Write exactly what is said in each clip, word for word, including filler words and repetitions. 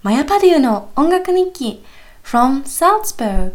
マヤパデューの音楽日記 from Salzburg。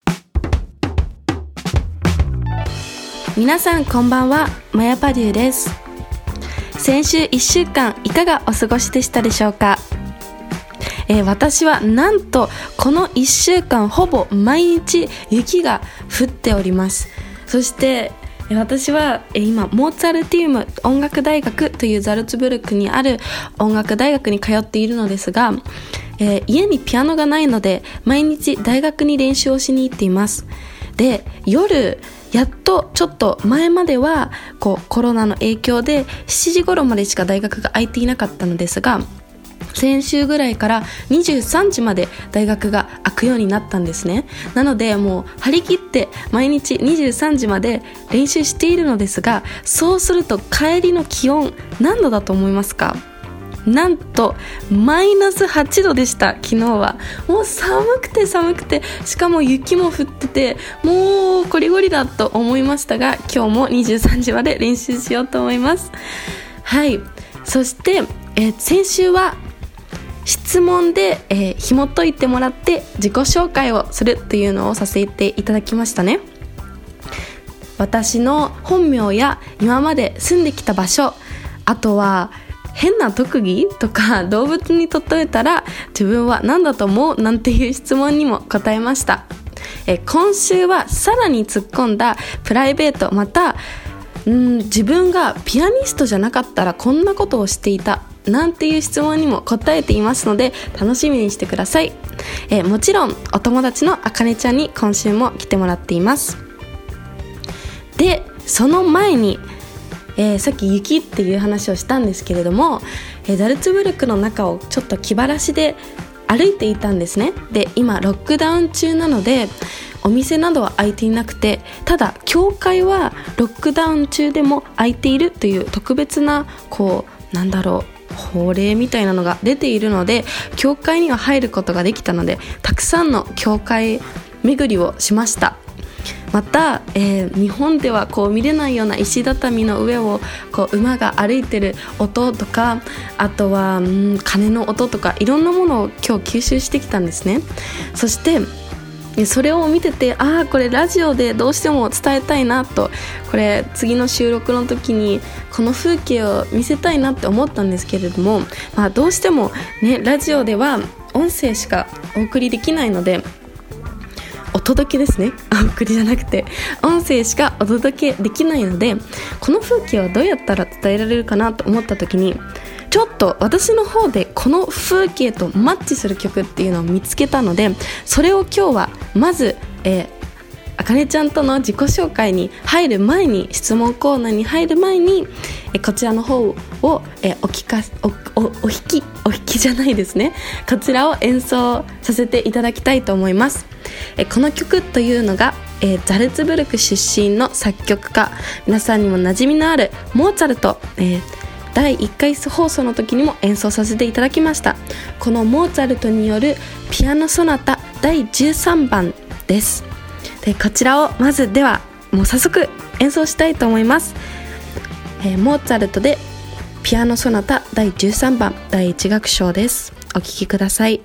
皆さんこんばんは、マヤパデューです。先週いっしゅうかんいかがお過ごしでしたでしょうか。えー、私はなんとこのいっしゅうかんほぼ毎日雪が降っております。そして私は今モーツァルティウム音楽大学というザルツブルクにある音楽大学に通っているのですが、えー、家にピアノがないので毎日大学に練習をしに行っています。で、夜やっとちょっと前まではこうコロナの影響でしちじ頃までしか大学が空いていなかったのですが、先週ぐらいからにじゅうさんじまで大学が開くようになったんですね。なのでもう張り切って毎日にじゅうさんじまで練習しているのですが、そうすると帰りの気温何度だと思いますか？なんとマイナスはちどでした。昨日はもう寒くて寒くて、しかも雪も降ってて、もうこりごりだと思いましたが、今日もにじゅうさんじまで練習しようと思います。はい。そして、えー、先週は質問で、えー、紐解いてもらって自己紹介をするというのをさせていただきましたね。私の本名や今まで住んできた場所、あとは変な特技とか動物に例えたら自分は何だと思うなんていう質問にも答えました。えー、今週はさらに突っ込んだプライベート、またん自分がピアニストじゃなかったらこんなことをしていたなんていう質問にも答えていますので楽しみにしてください。えー、もちろんお友達のあかねちゃんに今週も来てもらっています。で、その前に、えー、さっき雪っていう話をしたんですけれども、えー、ザルツブルクの中をちょっと気晴らしで歩いていたんですね。で、今ロックダウン中なのでお店などは開いていなくて、ただ教会はロックダウン中でも開いているという特別なこうなんだろう法令みたいなのが出ているので、教会には入ることができたので、たくさんの教会巡りをしました。また、えー、日本ではこう見れないような石畳の上をこう馬が歩いてる音とか、あとはうん鐘の音とか、いろんなものを今日吸収してきたんですね。そしてそれを見てて、ああこれラジオでどうしても伝えたいなと、これ次の収録の時にこの風景を見せたいなって思ったんですけれども、まあ、どうしてもねラジオでは音声しかお送りできないので、お届けですね、お送りじゃなくて音声しかお届けできないので、この風景はどうやったら伝えられるかなと思った時に、ちょっと私の方でこの風景とマッチする曲っていうのを見つけたので、それを今日はまず、えー、あかねちゃんとの自己紹介に入る前に、質問コーナーに入る前に、えー、こちらの方を、えー、お聞かおおお弾きお弾きじゃないですね、こちらを演奏させていただきたいと思います。えー、この曲というのが、えー、ザルツブルク出身の作曲家、皆さんにも馴染みのあるモーツァルト、えーだいいっかい放送の時にも演奏させていただきました。このモーツァルトによるピアノソナタだいじゅうさんばんです。で、こちらをまずではもう早速演奏したいと思います。えー、モーツァルトでピアノソナタだいじゅうさんばんだいいち楽章です。お聴きください。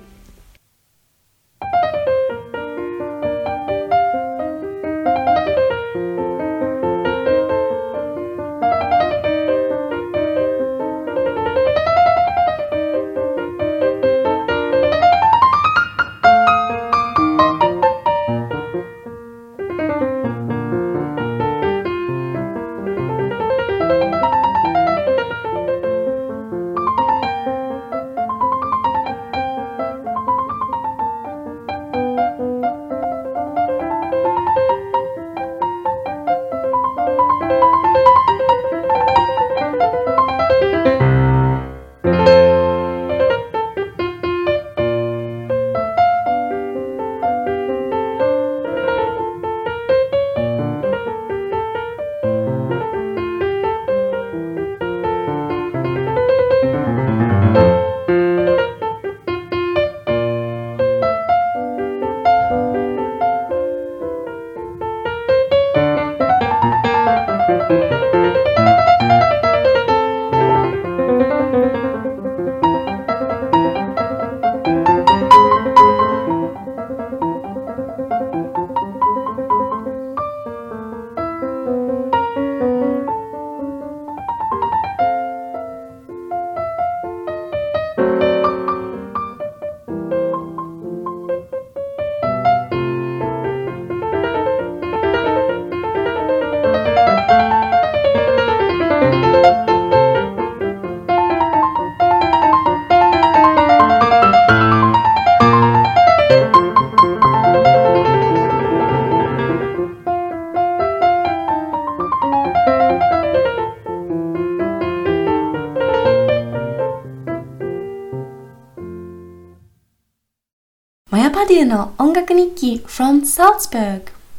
マヤパデュの音楽日記 from Salzburg。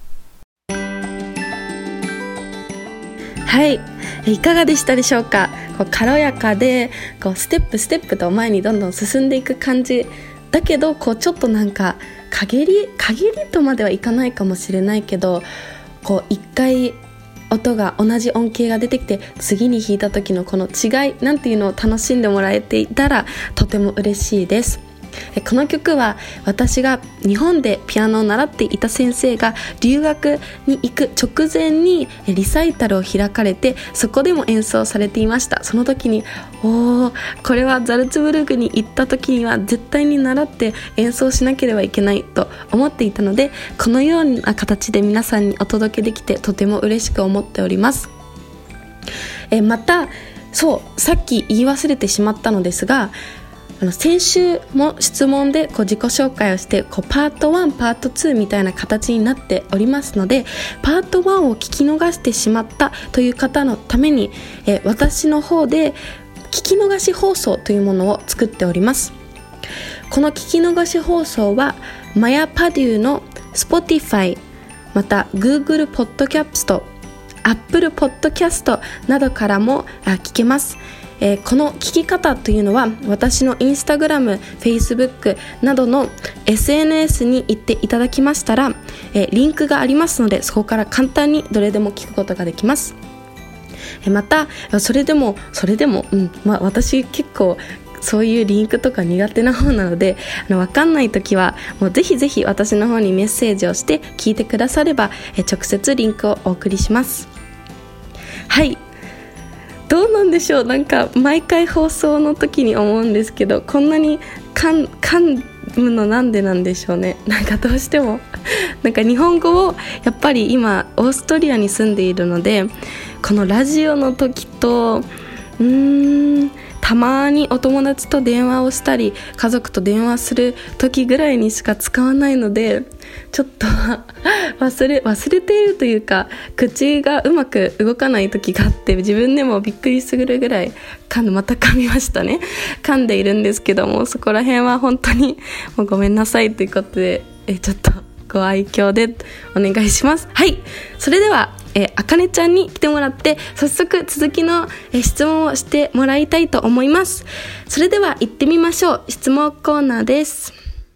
はい、いかがでしたでしょうか。こう軽やかでこうステップステップと前にどんどん進んでいく感じだけど、こうちょっとなんか陰り陰りとまではいかないかもしれないけど、こう一回音が同じ音形が出てきて次に弾いた時のこの違いなんていうのを楽しんでもらえていたらとても嬉しいです。この曲は私が日本でピアノを習っていた先生が留学に行く直前にリサイタルを開かれて、そこでも演奏されていました。その時におー、これはザルツブルクに行った時には絶対に習って演奏しなければいけないと思っていたので、このような形で皆さんにお届けできてとても嬉しく思っております。えまたそうさっき言い忘れてしまったのですが、あの先週も質問でこう自己紹介をしてこうパートワンパートツーみたいな形になっておりますので、パートワンを聞き逃してしまったという方のためにえ私の方で聞き逃し放送というものを作っております。この聞き逃し放送はマヤパデュの Spotify また Google ポッドキャスト Apple ポッドキャストなどからも聞けます。えー、この聞き方というのは私のインスタグラム、フェイスブックなどの エスエヌエス に行っていただきましたら、えー、リンクがありますので、そこから簡単にどれでも聞くことができます。えー、またそれでもそれでも、うんまあ、私結構そういうリンクとか苦手な方なので、あの分かんないときはもうぜひぜひ私の方にメッセージをして聞いてくだされば、えー、直接リンクをお送りします。はい、どうなんでしょう。なんか毎回放送の時に思うんですけど、こんなに噛むのなんでなんでしょうね。なんかどうしてもなんか日本語をやっぱり今オーストリアに住んでいるので、このラジオの時とうーんたまにお友達と電話をしたり家族と電話する時ぐらいにしか使わないので、ちょっと忘れ忘れているというか、口がうまく動かない時があって、自分でもびっくりするぐらい噛んでまた噛みましたね噛んでいるんですけども、そこら辺は本当にもうごめんなさいということで、えちょっとご愛嬌でお願いします。はい、それではえあかねちゃんに来てもらって早速続きのえ質問をしてもらいたいと思います。それでは行ってみましょう。質問コーナーです。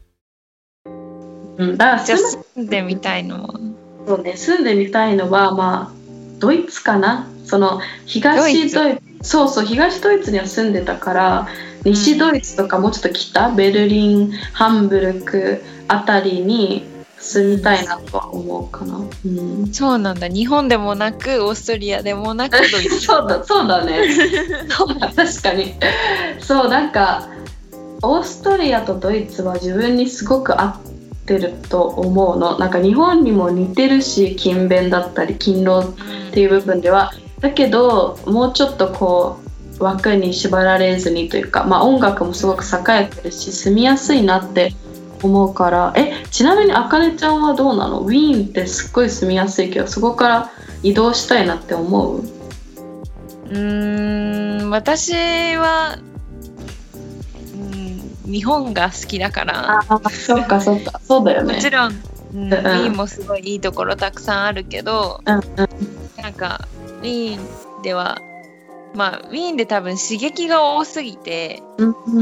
うん、だから住んでみたいのはそうね、住んでみたいのはまあドイツかな。その東ドイツ、ドイツそうそう東ドイツには住んでたから、西ドイツとかもうちょっと北、ベルリン、ハンブルクあたりに住みたいなとは思うかな。うん、 そうなんだ。日本でもなくオーストリアでもなくドイツそうだそうだねそうだ確かにそう、なんかオーストリアとドイツは自分にすごく合ってると思うの。なんか日本にも似てるし、勤勉だったり勤労っていう部分では、だけどもうちょっとこう枠に縛られずにというか、まあ音楽もすごく栄えてるし住みやすいなって思うから。えちなみにあかねちゃんはどうなの？ウィーンってすっごい住みやすいけど、そこから移動したいなって思う？ うーん私は、うん、日本が好きだから。 あそっかそっかそうだよね。 もちろん、うん、ウィーンもすごいいいところたくさんあるけど、 うんうん、 なんかウィーンではまあウィーンで多分刺激が多すぎて、 うん、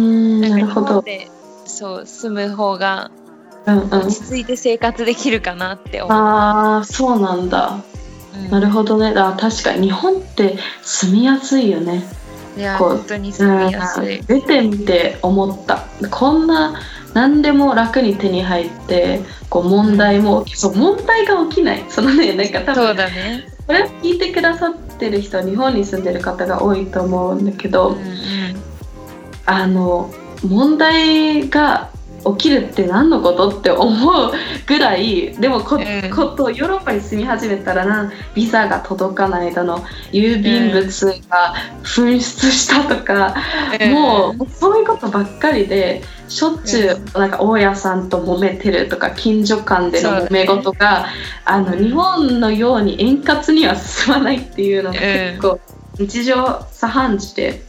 なんか日なるほど。 本でそう住む方がうんうん、 落ち着いて生活できるかなって思う。 ああそうなんだ、うん、なるほどね。だ確かに日本って住みやすいよね。 いや本当に住みやすい、 うん、出てみて思った。こんな何でも楽に手に入ってこう問題も、うん、そう問題が起きない。そのね、なんか多分そうだね、 これを聞いてくださってる人は日本に住んでる方が多いと思うんだけど、うんうん、あの問題が起きるって何のことって思うぐらい。でも こ,、うん、ことヨーロッパに住み始めたらな、ビザが届かないだの、郵便物が紛失したとか、うん、もうそういうことばっかりで、しょっちゅうなんか大家さんと揉めてるとか、近所間での揉め事が、ね、あの日本のように円滑には進まないっていうのが結構日常茶飯事で、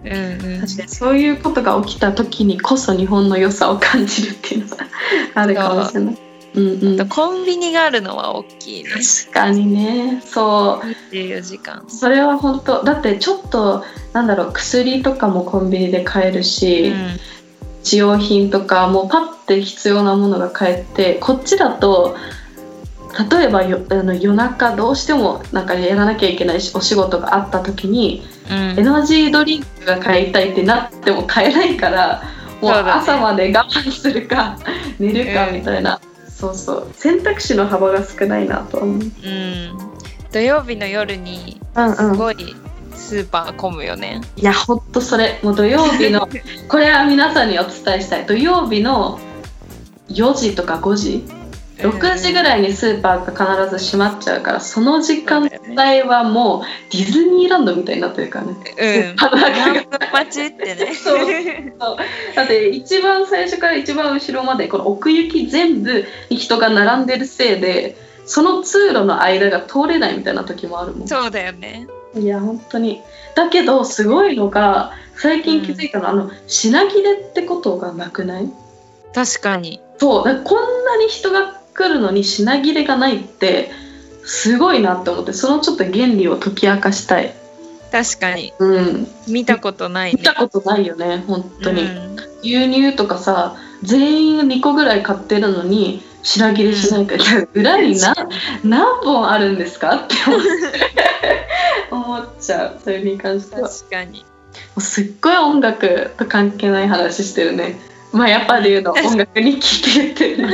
うんうん、 確かにそういうことが起きた時にこそ日本の良さを感じるっていうのがあるかもしれない。うんうん、 あとコンビニがあるのは大きいね。 確かにね。そうにじゅうよじかん。 それは本当だって、ちょっとなんだろう、薬とかもコンビニで買えるし、うん、使用品とかもうパッて必要なものが買えて、こっちだと例えばよあの夜中どうしてもなんかやらなきゃいけないお仕事があった時に、うん、エナジードリンクが買いたいってなっても買えないから、もう朝まで我慢するか寝るかみたいな、うん、そうそう選択肢の幅が少ないなと思う、うん、 土曜日の夜にすごいスーパー混むよね、 うんうん、いやほんとそれもう土曜日のこれは皆さんにお伝えしたい。土曜日のよじとかごじろくじぐらいにスーパーが必ず閉まっちゃうから、その時間帯はもうディズニーランドみたいになってるからね、 うん、何分待ちってねそうそうだって一番最初から一番後ろまでこの奥行き全部に人が並んでるせいで、その通路の間が通れないみたいな時もあるもん。 そうだよね。 いや本当に。だけどすごいのが最近気づいたのは、うん、あの品切れってことがなくない？ 確かに。 そうだからこんなに人が来るのに品切れがないってすごいなって思って、そのちょっと原理を解き明かしたい。 確かに、 うん、 見たことないね。 見たことないよね本当に、うん、牛乳とかさ全員にこぐらい買ってるのに品切れしないから、うん、裏にな何本あるんですかって思っ思っちゃう。それに関しては確かにすっごい音楽と関係ない話してるね。まあやっぱり言うの音楽に聞いてる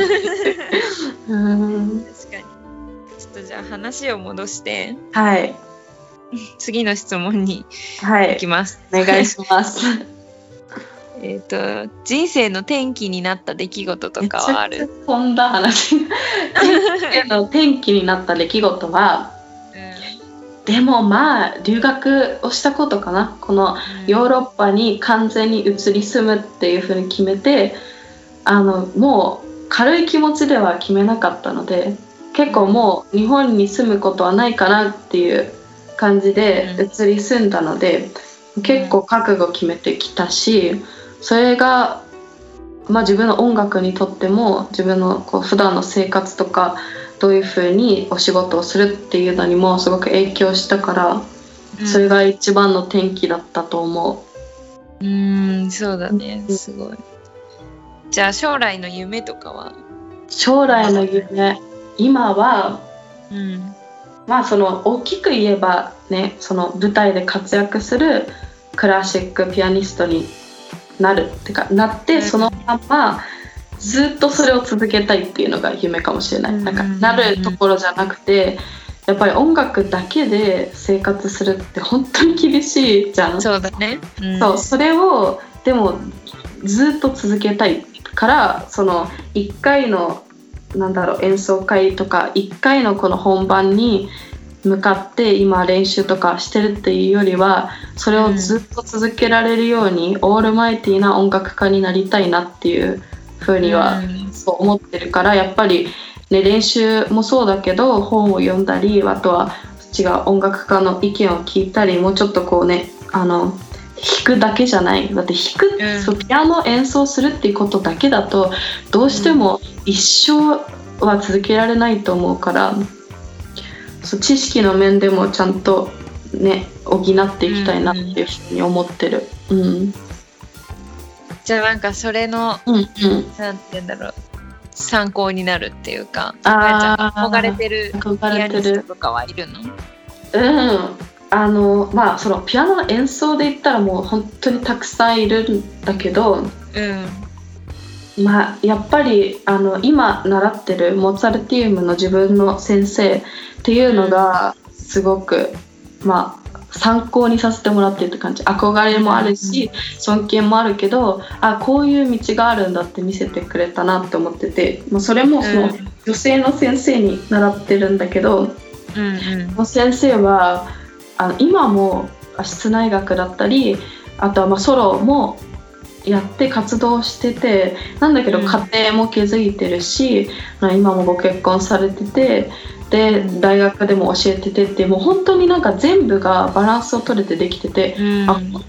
うん確かに。ちょっとじゃあ話を戻して、 はい次の質問に行きます、 はい、お願いしますえっと人生の転機になった出来事とかはある？ めちゃくちゃ飛んだ話人生の転機になった出来事は、うん、でもまあ留学をしたことかな。このヨーロッパに完全に移り住むっていう風に決めて、あのもう軽い気持ちでは決めなかったので、結構もう日本に住むことはないかなっていう感じで移り住んだので、うん、結構覚悟決めてきたし、それが、まあ、自分の音楽にとっても自分のこう普段の生活とかどういう風にお仕事をするっていうのにもすごく影響したから、うん、それが一番の転機だったと思う。うーんそうだね、すごい。じゃあ将来の夢とかは？ 将来の夢、今は、 うん、 まあその大きく言えばね、その舞台で活躍するクラシックピアニストになるってかなって、うん、そのままずっとそれを続けたいっていうのが夢かもしれない。なんかなるところじゃなくて、やっぱり音楽だけで生活するって本当に厳しいじゃん。 そうだね、 うん、そうそれをでもずっと続けたいから、そのいっかいのなんだろう演奏会とかいっかいのこの本番に向かって今練習とかしてるっていうよりは、それをずっと続けられるように、うん、オールマイティーな音楽家になりたいなっていうふうにはそう思ってるから、やっぱり、ね、練習もそうだけど本を読んだり、あとは違う音楽家の意見を聞いたり、もうちょっとこうね、あの弾くだけじゃない。だって弾く、うん、そうピアノ演奏するっていうことだけだとどうしても一生は続けられないと思うから、そう知識の面でもちゃんとね補っていきたいなっていうふうに思ってる、うんうん、 じゃあなんかそれの、うんうん、なんて言うんだろう、参考になるっていうか、あ憧れてるピアニストとかはいるの？ うんあのまあそのピアノの演奏で言ったらもう本当にたくさんいるんだけど、うん、まあやっぱりあの今習ってるモーツァルティウムの自分の先生っていうのがすごく、うん、まあ参考にさせてもらってるって感じ。憧れもあるし、うん、尊敬もあるけど、あこういう道があるんだって見せてくれたなって思ってて、まあ、それもその女性の先生に習ってるんだけど、うんうん、その先生はあの今も室内楽だったり、あとはまあソロもやって活動してて、なんだけど家庭も築いてるし、うん、今もご結婚されてて、で大学でも教えててって、もう本当になんか全部がバランスを取れてできてて、うん、あ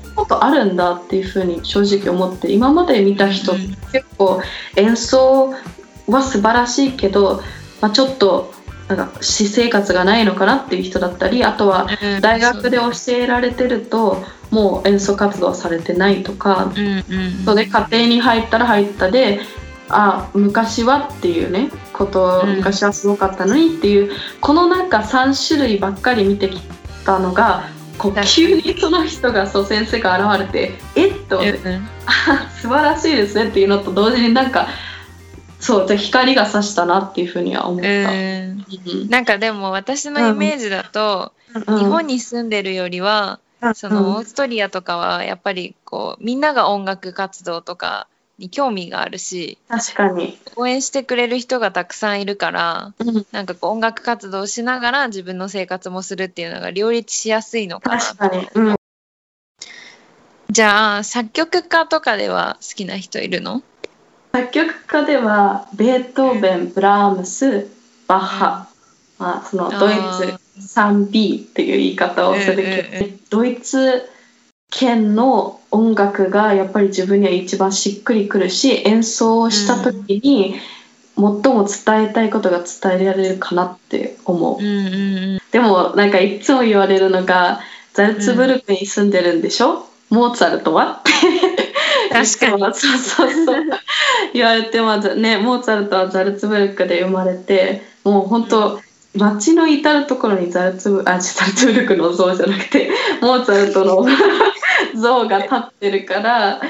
ことあるんだっていうふうに正直思って、今まで見た人、うん、結構演奏は素晴らしいけど、まあ、ちょっとなんか私生活がないのかなっていう人だったり、あとは大学で教えられてるともう演奏活動されてないとか、うんうん、それで家庭に入ったら入ったで、あ昔はっていうねこと、うん、昔はすごかったのにっていう、このなんかさん種類ばっかり見てきたのが、こう急にその人がそう先生が現れてえっと、うん、あ素晴らしいですねっていうのと同時になんかそうじゃ光が差したなっていうふうには思った。 うんなんかでも私のイメージだと、うん、日本に住んでるよりは、うん、そのオーストリアとかはやっぱりこうみんなが音楽活動とかに興味があるし、 確かに応援してくれる人がたくさんいるから、うん、なんかこう音楽活動しながら自分の生活もするっていうのが両立しやすいのかな。 確かに、うん、 じゃあ作曲家とかでは好きな人いるの？ 作曲家ではベートーベン、ブラームス、バッハ、うんまあ、そのドイツ スリービー っていう言い方をするけど、うんうんうん、ドイツ圏の音楽がやっぱり自分には一番しっくりくるし、演奏をした時に最も伝えたいことが伝えられるかなって思う、うんうんうん、でもなんかいつも言われるのが、ザルツブルクに住んでるんでしょ、うん、モーツァルトはって確かにそうそうそう言われて、まずね、モーツァルトはザルツブルクで生まれて、もう本当、うん街の至るところにザルツブ、あ、ザルツブルクの像じゃなくてモーツァルトの像が立ってるから、うん、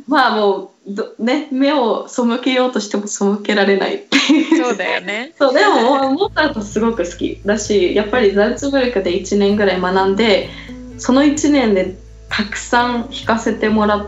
まあもうど、ね、目を背けようとしても背けられないっていうそうだよねそうでもモーツァルトすごく好きだし、やっぱりザルツブルクでいちねんぐらい学んで、そのいちねんでたくさん弾かせてもらって、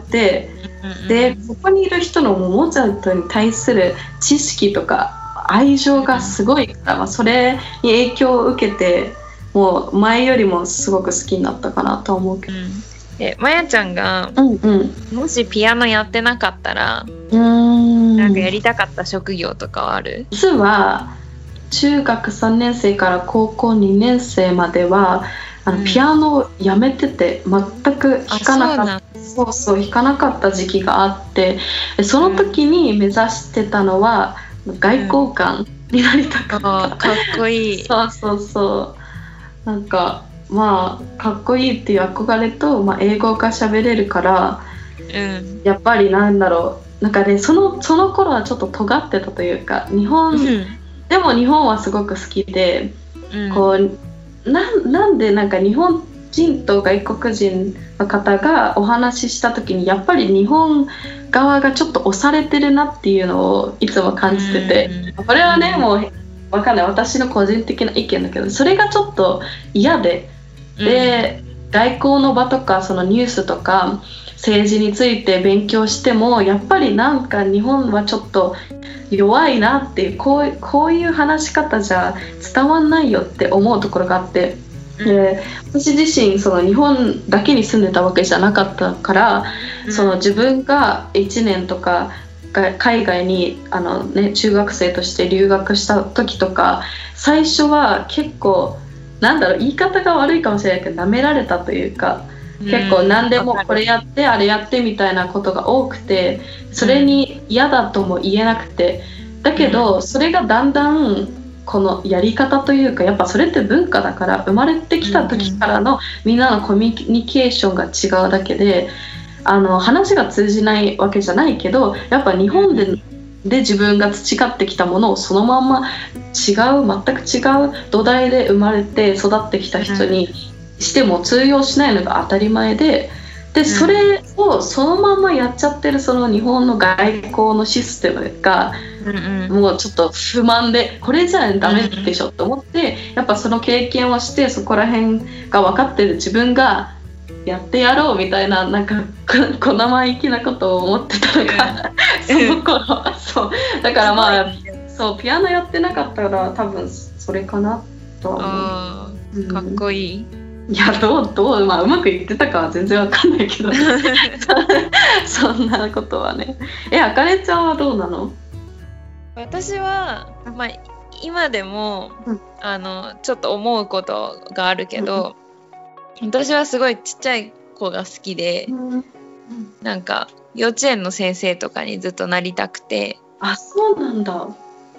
うんうん、でここにいる人のモーツァルトに対する知識とか愛情がすごいから、まあ、それに影響を受けて、もう前よりもすごく好きになったかなと思うけど、うん、 えまやちゃんが、 うんうん、 もしピアノやってなかったら、うーんなんかやりたかった職業とかはある？ 実は中学さんねん生から高校にねん生まではあの、うん、ピアノをやめてて全く弾かなかった、そうそう弾かなかった時期があって、その時に目指してたのは、うん外交官になりたかった、 うん、かっこいいそうそうそう、なんかまあかっこいいっていう憧れと、まあ、英語が喋れるから、うん、やっぱりなんだろう、なんかねその、その頃はちょっと尖ってたというか、日本、うん、でも日本はすごく好きで、うん、こう な, なんでなんか日本人と外国人の方がお話しした時にやっぱり日本側がちょっと押されてるなっていうのをいつも感じてて、うん、これはねもう分かんない、私の個人的な意見だけど、それがちょっと嫌で、で、うん、外交の場とかそのニュースとか政治について勉強してもやっぱりなんか日本はちょっと弱いなっていう、こう、こういう話し方じゃ伝わんないよって思うところがあって、で私自身その日本だけに住んでたわけじゃなかったから、うん、その自分がいちねんとか海外にあの、ね、中学生として留学した時とか、最初は結構なんだろう、言い方が悪いかもしれないけど舐められたというか、うん、結構何でもこれやってあれやってみたいなことが多くて、それに嫌だとも言えなくて、だけどそれがだんだんこのやり方というか、やっぱそれって文化だから、生まれてきた時からのみんなのコミュニケーションが違うだけで、あの話が通じないわけじゃないけど、やっぱ日本で、で自分が培ってきたものをそのまんま違う全く違う土台で生まれて育ってきた人にしても通用しないのが当たり前で、でそれをそのままやっちゃってるその日本の外交のシステムが、うんうん、もうちょっと不満で、これじゃダメでしょと思って、やっぱその経験をしてそこら辺が分かってる自分がやってやろうみたいな、なんか小生意気なことを思ってたのがその頃そうだからまあそうピアノやってなかったら多分それかなとは思う、うん、 かっこいい。 いやどうどう、まあ、うまくいってたかは全然わかんないけどそんなことはね。え、あかねちゃんはどうなの？ 私は、まあ、今でも、うん、あのちょっと思うことがあるけど、うん、私はすごいちっちゃい子が好きで、 うん、 なんか幼稚園の先生とかにずっとなりたくて。 あ、そうなんだ。 うん、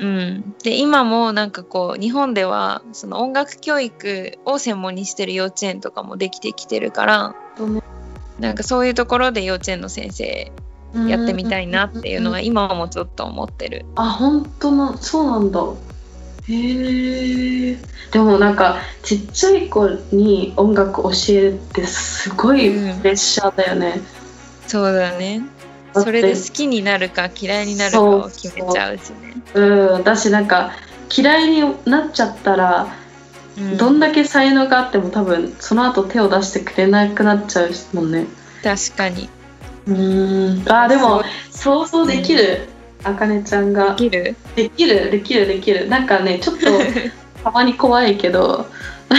で今もなんかこう日本ではその音楽教育を専門にしてる幼稚園とかもできてきてるから、なんかそういうところで幼稚園の先生やってみたいなっていうのが今もちょっと思ってる。 あ、本当な、そうなんだ。へえ。でもなんかちっちゃい子に音楽教えるってすごいプレッシャーだよね。 うん、そうだね。それで好きになるか嫌いになるかを決めちゃうしね。 そうそう、うん、私なんか嫌いになっちゃったら、うん、どんだけ才能があっても多分その後手を出してくれなくなっちゃうもんね。 確かに。 うーん、あ、でも想像できる、あかねちゃんが。 できるできるできるできる。なんかね、ちょっとたまに怖いけど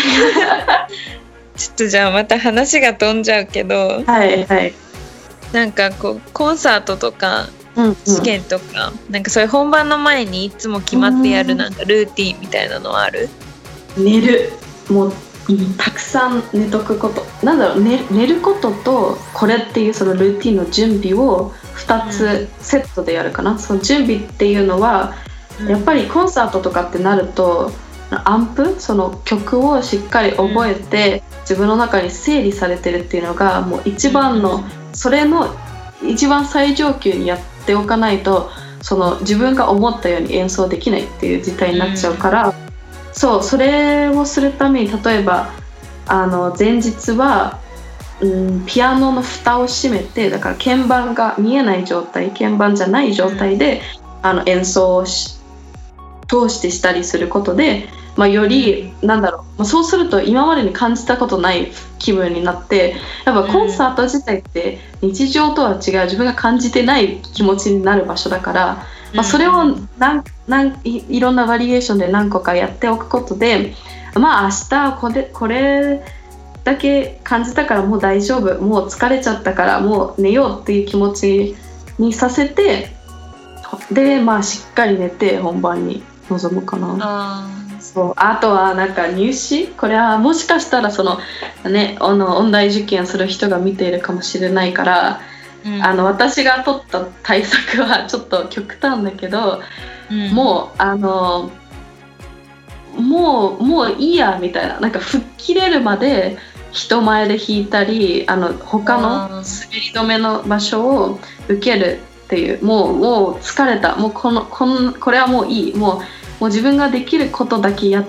ちょっとじゃあまた話が飛んじゃうけど、 はいはい、 なんかこうコンサートとか試験とか、うんうん、なんかそういう本番の前にいつも決まってやるなんかルーティンみたいなのはある？ 寝る、もうたくさん寝とくこと、なんだろう、寝、寝ることとこれっていうそのルーティンの準備をふたつセットでやるかな、うん、その準備っていうのは、うん、やっぱりコンサートとかってなるとアンプ、その曲をしっかり覚えて、うん、自分の中に整理されてるっていうのがもう一番の、うん、それの一番最上級にやっておかないとその自分が思ったように演奏できないっていう事態になっちゃうから、うん、そう、それをするために例えばあの前日は、うん、ピアノの蓋を閉めて、だから鍵盤が見えない状態、鍵盤じゃない状態で、うん、あの演奏をし通してしたりすることで、まあ、よりなんだろう、そうすると今までに感じたことない気分になって、やっぱコンサート自体って日常とは違う自分が感じてない気持ちになる場所だから、まあ、それをなんなんい, いろんなバリエーションで何個かやっておくことで、まあ明日これ、これだけ感じたからもう大丈夫、もう疲れちゃったからもう寝ようっていう気持ちにさせて、でまあしっかり寝て本番に臨むかな。 あそう、あとはなんか入試、これはもしかしたらその、ね、あの音大受験する人が見ているかもしれないから、うん、あの私が取った対策はちょっと極端だけど、うん、もうあのもうもういいやみたいな、なんか吹っ切れるまで人前で弾いたり、あの他の滑り止めの場所を受けるっていう、もうもう疲れた、もうこのこのこれはもういい、もうもう自分ができることだけやって、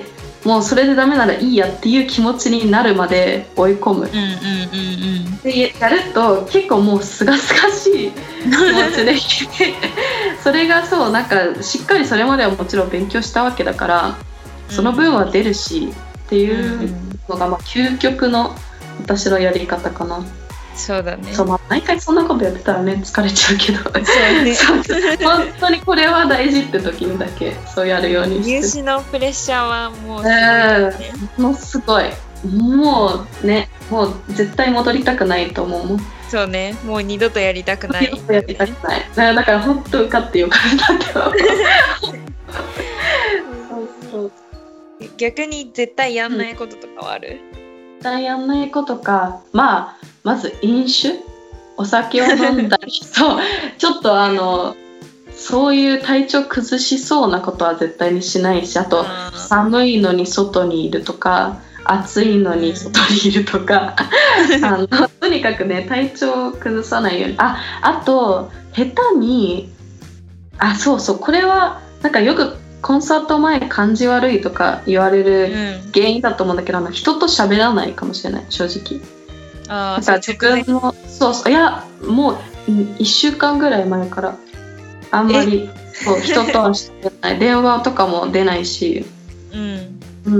もうそれでダメならいいやっていう気持ちになるまで追い込む、うんうんうんうん、でやると結構もうすがすがしい気持ちでそれがそう、なんかしっかりそれまではもちろん勉強したわけだから、その分は出るし、うん、っていうのがまあ究極の私のやり方かな。 そうだね。 そう、まあ、毎回そんなことやってたらね疲れちゃうけど、そうね、そう本当にこれは大事って時にだけそうやるようにして。 入試のプレッシャーはもうすごいよね、 えー、もうすごい、もうね、もう絶対戻りたくないと思うもん。 そうね、もう二度とやりたくない、 二度とやりたくない、だから本当受かってよかったって思うそうそう。 逆に絶対やんないこととかはある？ うん、絶対やんないことか、まあまず飲酒、お酒を飲んだりそうちょっとあのそういう体調崩しそうなことは絶対にしないし、あと寒いのに外にいるとか暑いのに外にいるとかあのとにかくね体調を崩さないように。ああと下手にあそうそう、これはなんかよくコンサート前感じ悪いとか言われる原因だと思うんだけど、うん、人と喋らないかもしれない、正直。 あだから自分のそうそう、いやもういっしゅうかんぐらい前からあんまりそう人とはしてない電話とかも出ないし、うんうん、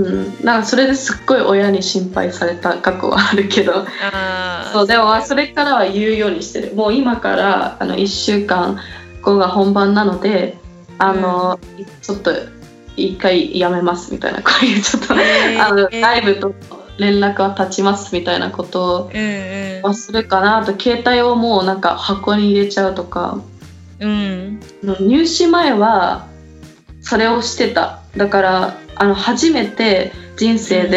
なんかそれですっごい親に心配された過去はあるけど、 あそうでもそれからは言うようにしてる。もう今からあのいっしゅうかんごが本番なので、あの、うん、ちょっと一回やめますみたいな、こういうちょっと、えー、あのライブと連絡は立ちますみたいなことをするかな、うんうん、あと携帯をもうなんか箱に入れちゃうとか、 うん、 入試前はそれをしてた。だからあの初めて人生で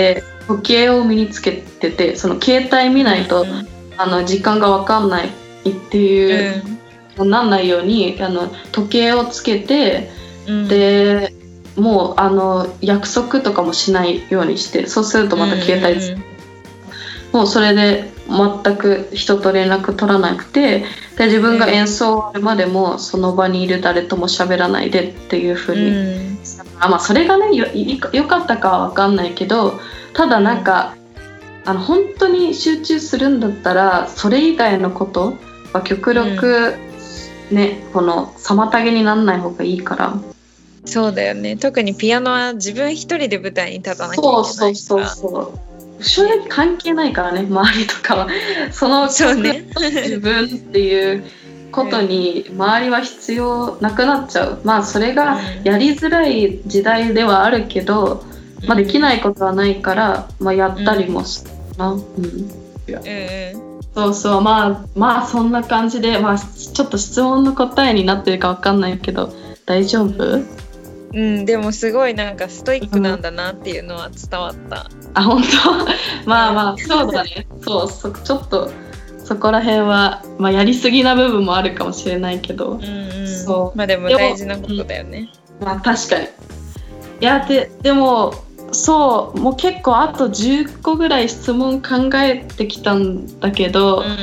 時計を身につけてて、その携帯見ないと、うん、あの時間が分かんないっていう、うん、なんないようにあの時計をつけて、うん、でもうあの約束とかもしないようにして、そうするとまた携帯つ、うん、もうそれで全く人と連絡取らなくて、で自分が演奏終わるまでもその場にいる誰とも喋らないでっていう風に、うん、あまあ、それがね よ, よかったかは分かんないけど、ただなんか、うん、あの本当に集中するんだったらそれ以外のことは極力、うん、ね、この妨げにならない方がいいから。 そうだよね。特にピアノは自分一人で舞台に立たなきゃいけないから。 そうそうそうそう。正直関係ないからね、周りとかは。そのそうね、 自分っていうことに周りは必要なくなっちゃう。まあそれがやりづらい時代ではあるけど、うん、まあ、できないことはないから、まあ、やったりもするな。うん。うんうんそうそう、まあまあそんな感じで、まあちょっと質問の答えになってるかわかんないけど大丈夫？ うん、でもすごいなんかストイックなんだなっていうのは伝わった。 うん、あ、本当？まあまあそうだね。そうそちょっとそこら辺は、まあ、やりすぎな部分もあるかもしれないけど、うんうん、そうまあでも大事なことだよね。 うん、まあ確かに。いやででもそうもう結構あとじゅっこぐらい質問考えてきたんだけど、うんうん、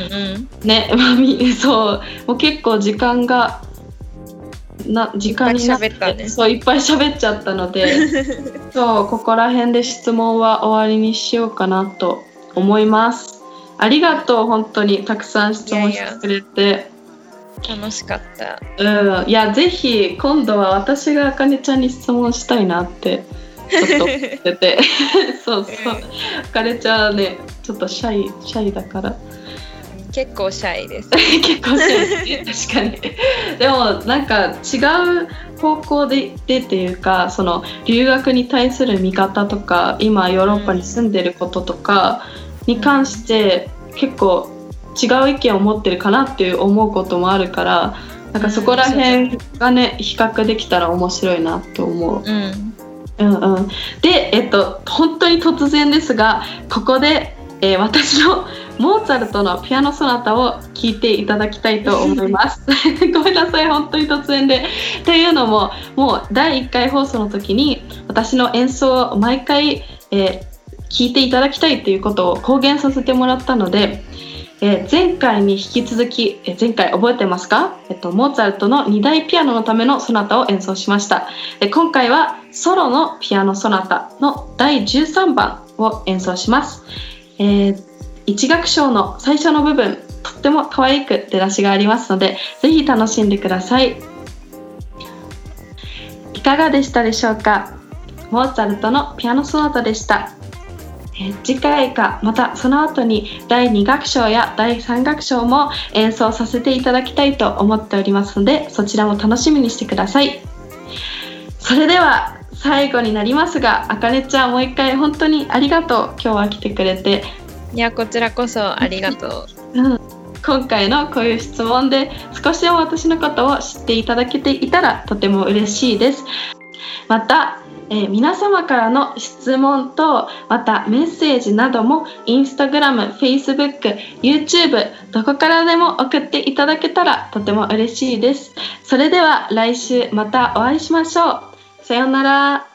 ね、まあ、そうもう結構時間がな時間になって、 いっぱい喋ったね。 そういっぱい喋っちゃったのでそうここら辺で質問は終わりにしようかなと思います。ありがとう、本当にたくさん質問してくれて。いやいや楽しかった。 うん、いやぜひ今度は私があかねちゃんに質問したいなってちょっと思っててそうそう、あかねちゃんねちょっとシャイシャイだから結構シャイです結構シャイです確かにでもなんか違う方向ででっていうか、その留学に対する見方とか今ヨーロッパに住んでることとかに関して結構違う意見を持ってるかなっていう思うこともあるから、なんかそこら辺がね比較できたら面白いなと思う。うんうんうん、で、えっと、本当に突然ですがここで、えー、私のモーツァルトのピアノソナタを聴いていただきたいと思いますごめんなさい本当に突然で。というのももうだいいっかい放送の時に私の演奏を毎回、えー、聴いていただきたいということを公言させてもらったので、えー、前回に引き続き、えー、前回覚えてますか、えっと、モーツァルトのにだいピアノのためのソナタを演奏しました。えー、今回はソロのピアノソナタのだいじゅうさんばんを演奏します。えー、いち楽章の最初の部分とっても可愛く出だしがありますのでぜひ楽しんでください。いかがでしたでしょうか。モーツァルトのピアノソナタでした。次回かまたその後にだいに楽章やだいさん楽章も演奏させていただきたいと思っておりますのでそちらも楽しみにしてください。それでは最後になりますがあかねちゃんもう一回本当にありがとう。今日は来てくれて。 いやこちらこそありがとう、うん、今回のこういう質問で少しでも私のことを知っていただけていたらとても嬉しいです。またえー、皆様からの質問とまたメッセージなどもインスタグラム、フェイスブック、YouTube どこからでも送っていただけたらとても嬉しいです。それでは来週またお会いしましょう。さようなら。